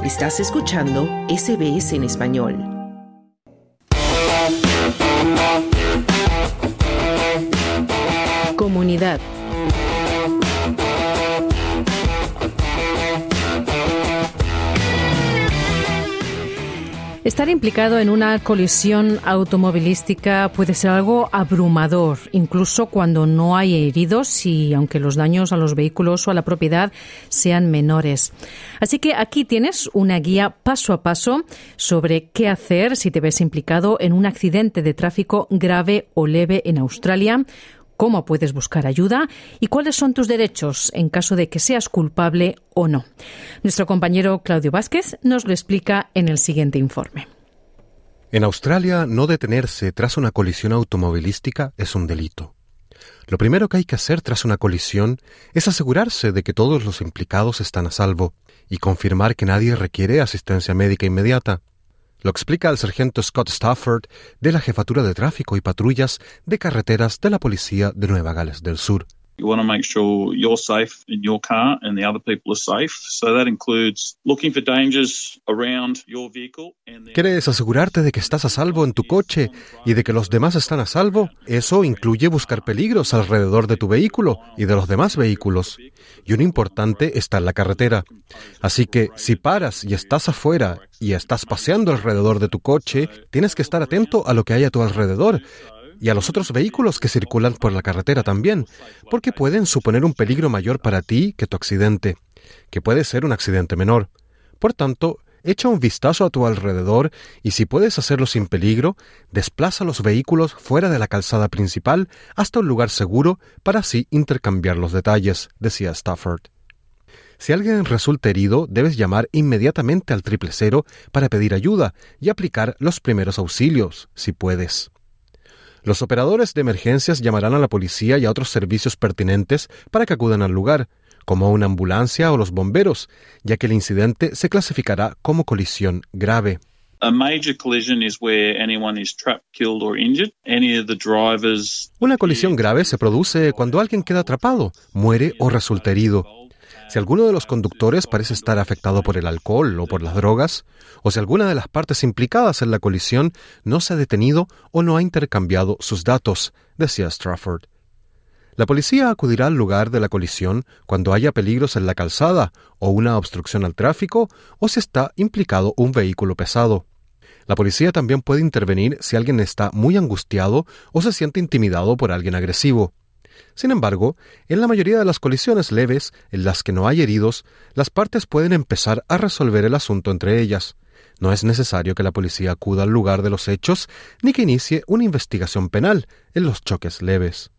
Estás escuchando SBS en español. Comunidad. Estar implicado en una colisión automovilística puede ser algo abrumador, incluso cuando no hay heridos y aunque los daños a los vehículos o a la propiedad sean menores. Así que aquí tienes una guía paso a paso sobre qué hacer si te ves implicado en un accidente de tráfico grave o leve en Australia, cómo puedes buscar ayuda y cuáles son tus derechos en caso de que seas culpable o no. Nuestro compañero Claudio Vázquez nos lo explica en el siguiente informe. En Australia, no detenerse tras una colisión automovilística es un delito. Lo primero que hay que hacer tras una colisión es asegurarse de que todos los implicados están a salvo y confirmar que nadie requiere asistencia médica inmediata. Lo explica el sargento Scott Stafford de la Jefatura de Tráfico y Patrullas de Carreteras de la Policía de Nueva Gales del Sur. You want to make sure you're safe in your car and the other people are safe. So that includes looking for dangers around your vehicle. ¿Quieres asegurarte de que estás a salvo en tu coche y de que los demás están a salvo? Eso incluye buscar peligros alrededor de tu vehículo y de los demás vehículos. Y un importante está en la carretera. Así que si paras y estás afuera y estás paseando alrededor de tu coche, tienes que estar atento a lo que hay a tu alrededor y a los otros vehículos que circulan por la carretera también, porque pueden suponer un peligro mayor para ti que tu accidente, que puede ser un accidente menor. Por tanto, echa un vistazo a tu alrededor y si puedes hacerlo sin peligro, desplaza los vehículos fuera de la calzada principal hasta un lugar seguro para así intercambiar los detalles, decía Stafford. Si alguien resulta herido, debes llamar inmediatamente al 000 para pedir ayuda y aplicar los primeros auxilios, si puedes. Los operadores de emergencias llamarán a la policía y a otros servicios pertinentes para que acudan al lugar, como una ambulancia o los bomberos, ya que el incidente se clasificará como colisión grave. Una colisión grave se produce cuando alguien queda atrapado, muere o resulta herido. Si alguno de los conductores parece estar afectado por el alcohol o por las drogas, o si alguna de las partes implicadas en la colisión no se ha detenido o no ha intercambiado sus datos, decía Stafford. La policía acudirá al lugar de la colisión cuando haya peligros en la calzada o una obstrucción al tráfico o si está implicado un vehículo pesado. La policía también puede intervenir si alguien está muy angustiado o se siente intimidado por alguien agresivo. Sin embargo, en la mayoría de las colisiones leves, en las que no hay heridos, las partes pueden empezar a resolver el asunto entre ellas. No es necesario que la policía acuda al lugar de los hechos ni que inicie una investigación penal en los choques leves.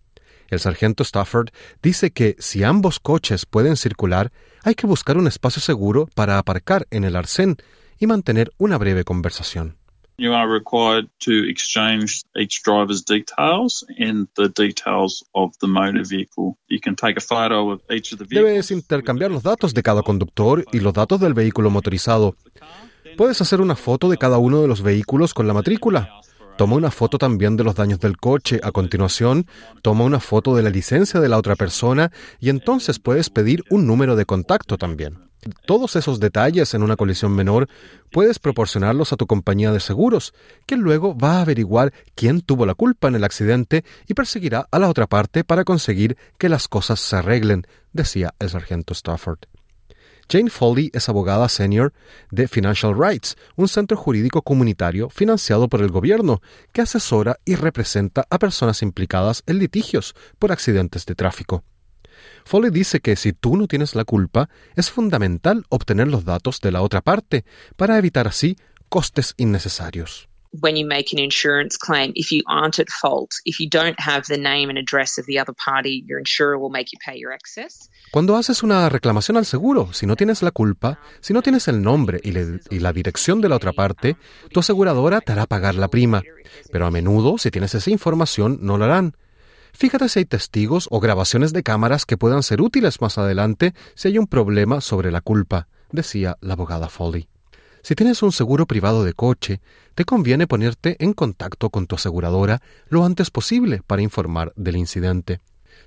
El sargento Stafford dice que si ambos coches pueden circular, hay que buscar un espacio seguro para aparcar en el arcén y mantener una breve conversación. You are required to exchange each driver's details and the details of the motor vehicle. You can take a photo of each of the vehicles. Debes intercambiar los datos de cada conductor y los datos del vehículo motorizado. Puedes hacer una foto de cada uno de los vehículos con la matrícula. Toma una foto también de los daños del coche. A continuación, toma una foto de la licencia de la otra persona y entonces puedes pedir un número de contacto también. Todos esos detalles en una colisión menor puedes proporcionarlos a tu compañía de seguros, que luego va a averiguar quién tuvo la culpa en el accidente y perseguirá a la otra parte para conseguir que las cosas se arreglen, decía el sargento Stafford. Jane Foley es abogada senior de Financial Rights, un centro jurídico comunitario financiado por el gobierno que asesora y representa a personas implicadas en litigios por accidentes de tráfico. Foley dice que si tú no tienes la culpa, es fundamental obtener los datos de la otra parte para evitar así costes innecesarios. When you make an insurance claim, if you aren't at fault, if you don't have the name and address of the other party, your insurer will make you pay your excess. Cuando haces una reclamación al seguro, si no tienes la culpa, si no tienes el nombre y la dirección de la otra parte, tu aseguradora te hará pagar la prima. Pero a menudo, si tienes esa información, no lo harán. Fíjate si hay testigos o grabaciones de cámaras que puedan ser útiles más adelante si hay un problema sobre la culpa, decía la abogada Foley. Si tienes un seguro privado de coche, te conviene ponerte en contacto con tu aseguradora lo antes posible para informar del incidente.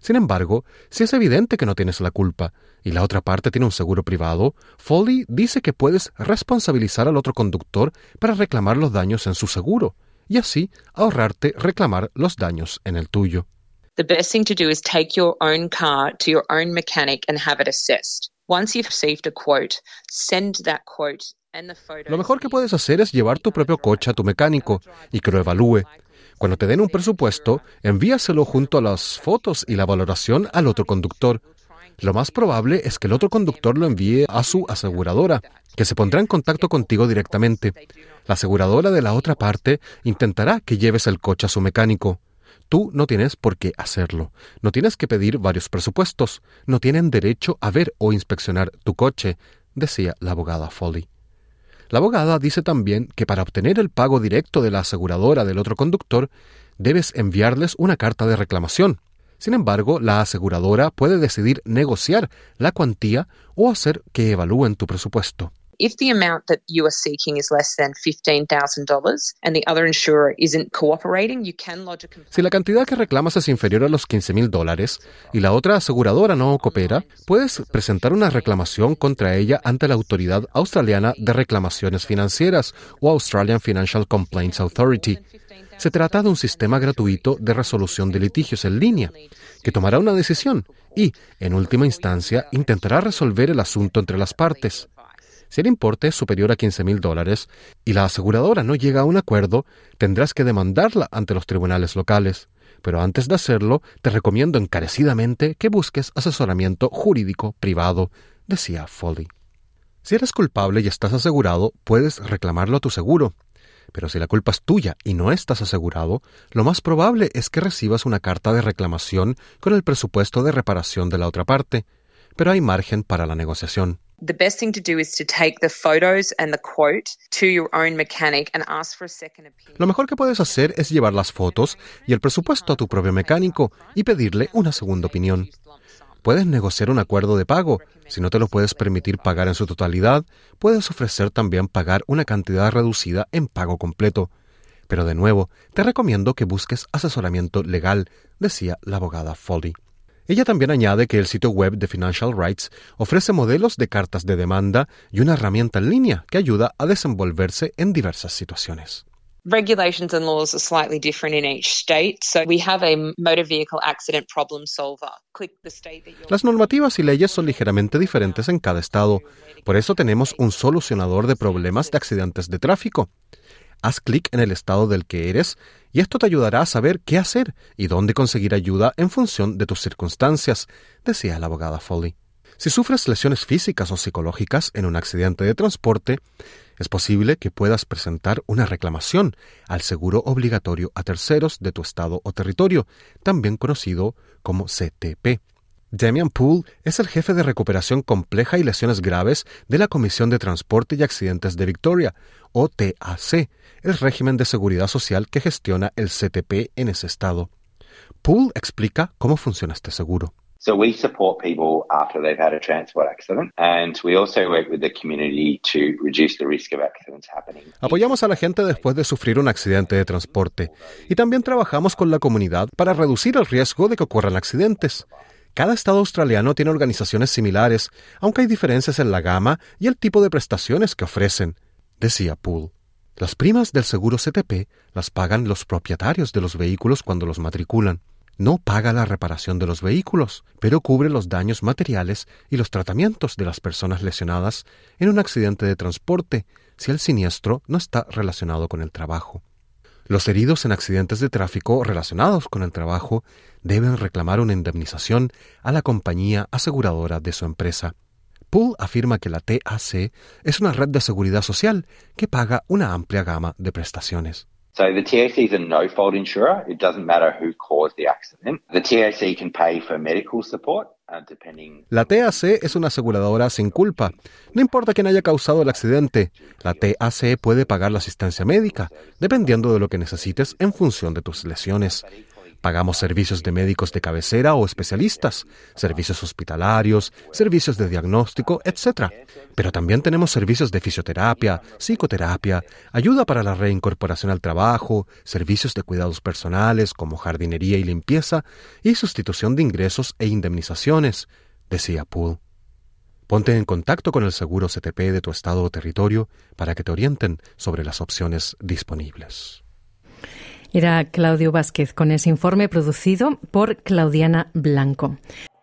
Sin embargo, si es evidente que no tienes la culpa y la otra parte tiene un seguro privado, Foley dice que puedes responsabilizar al otro conductor para reclamar los daños en su seguro y así ahorrarte reclamar los daños en el tuyo. The best thing to do is take your own car to your own mechanic and have it assessed. Once you've received a quote, send that quote and the photos. Lo mejor que puedes hacer es llevar tu propio coche a tu mecánico y que lo evalúe. Cuando te den un presupuesto, envíaselo junto a las fotos y la valoración al otro conductor. Lo más probable es que el otro conductor lo envíe a su aseguradora, que se pondrá en contacto contigo directamente. La aseguradora de la otra parte intentará que lleves el coche a su mecánico. Tú no tienes por qué hacerlo. No tienes que pedir varios presupuestos. No tienen derecho a ver o inspeccionar tu coche, decía la abogada Foley. La abogada dice también que para obtener el pago directo de la aseguradora del otro conductor, debes enviarles una carta de reclamación. Sin embargo, la aseguradora puede decidir negociar la cuantía o hacer que evalúen tu presupuesto. If the amount that you are seeking is less than $15,000 and the other insurer isn't cooperating, you can lodge a complaint. Si la cantidad que reclamas es inferior a los $15,000 y la otra aseguradora no coopera, puedes presentar una reclamación contra ella ante la Autoridad Australiana de Reclamaciones Financieras o Australian Financial Complaints Authority. Se trata de un sistema gratuito de resolución de litigios en línea que tomará una decisión y, en última instancia, intentará resolver el asunto entre las partes. Si el importe es superior a $15,000 y la aseguradora no llega a un acuerdo, tendrás que demandarla ante los tribunales locales. Pero antes de hacerlo, te recomiendo encarecidamente que busques asesoramiento jurídico privado, decía Foley. Si eres culpable y estás asegurado, puedes reclamarlo a tu seguro. Pero si la culpa es tuya y no estás asegurado, lo más probable es que recibas una carta de reclamación con el presupuesto de reparación de la otra parte. Pero hay margen para la negociación. The best thing to do is to take the photos and the quote to your own mechanic and ask for a second opinion. Lo mejor que puedes hacer es llevar las fotos y el presupuesto a tu propio mecánico y pedirle una segunda opinión. Puedes negociar un acuerdo de pago. Si no te lo puedes permitir pagar en su totalidad, puedes ofrecer también pagar una cantidad reducida en pago completo. Pero de nuevo, te recomiendo que busques asesoramiento legal, decía la abogada Foley. Ella también añade que el sitio web de Financial Rights ofrece modelos de cartas de demanda y una herramienta en línea que ayuda a desenvolverse en diversas situaciones. Regulations and laws are slightly different in each state, so we have a motor vehicle accident problem solver. Click the state that you're... Las normativas y leyes son ligeramente diferentes en cada estado. Por eso tenemos un solucionador de problemas de accidentes de tráfico. Haz clic en el estado del que eres y esto te ayudará a saber qué hacer y dónde conseguir ayuda en función de tus circunstancias, decía la abogada Foley. Si sufres lesiones físicas o psicológicas en un accidente de transporte, es posible que puedas presentar una reclamación al seguro obligatorio a terceros de tu estado o territorio, también conocido como CTP. Damian Poole es el jefe de recuperación compleja y lesiones graves de la Comisión de Transporte y Accidentes de Victoria, o TAC, el régimen de seguridad social que gestiona el CTP en ese estado. Poole explica cómo funciona este seguro. So we support people after they've had a transport accident, and we also work with the community to reduce the risk of accidents happening. Apoyamos a la gente después de sufrir un accidente de transporte y también trabajamos con la comunidad para reducir el riesgo de que ocurran accidentes. Cada estado australiano tiene organizaciones similares, aunque hay diferencias en la gama y el tipo de prestaciones que ofrecen, decía Poole. Las primas del seguro CTP las pagan los propietarios de los vehículos cuando los matriculan. No paga la reparación de los vehículos, pero cubre los daños materiales y los tratamientos de las personas lesionadas en un accidente de transporte si el siniestro no está relacionado con el trabajo. Los heridos en accidentes de tráfico relacionados con el trabajo deben reclamar una indemnización a la compañía aseguradora de su empresa. Poole afirma que la TAC es una red de seguridad social que paga una amplia gama de prestaciones. So the TAC is a no-fault insurer. It doesn't matter who caused the accident. The TAC can pay for medical support, depending... La TAC es una aseguradora sin culpa. No importa quién haya causado el accidente, la TAC puede pagar la asistencia médica, dependiendo de lo que necesites en función de tus lesiones. Pagamos servicios de médicos de cabecera o especialistas, servicios hospitalarios, servicios de diagnóstico, etc. Pero también tenemos servicios de fisioterapia, psicoterapia, ayuda para la reincorporación al trabajo, servicios de cuidados personales como jardinería y limpieza y sustitución de ingresos e indemnizaciones, decía Poole. Ponte en contacto con el seguro CTP de tu estado o territorio para que te orienten sobre las opciones disponibles. Era Claudio Vázquez con ese informe producido por Claudiana Blanco.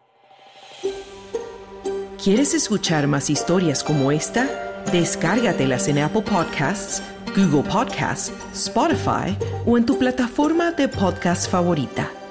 ¿Quieres escuchar más historias como esta? Descárgatelas en Apple Podcasts, Google Podcasts, Spotify o en tu plataforma de podcast favorita.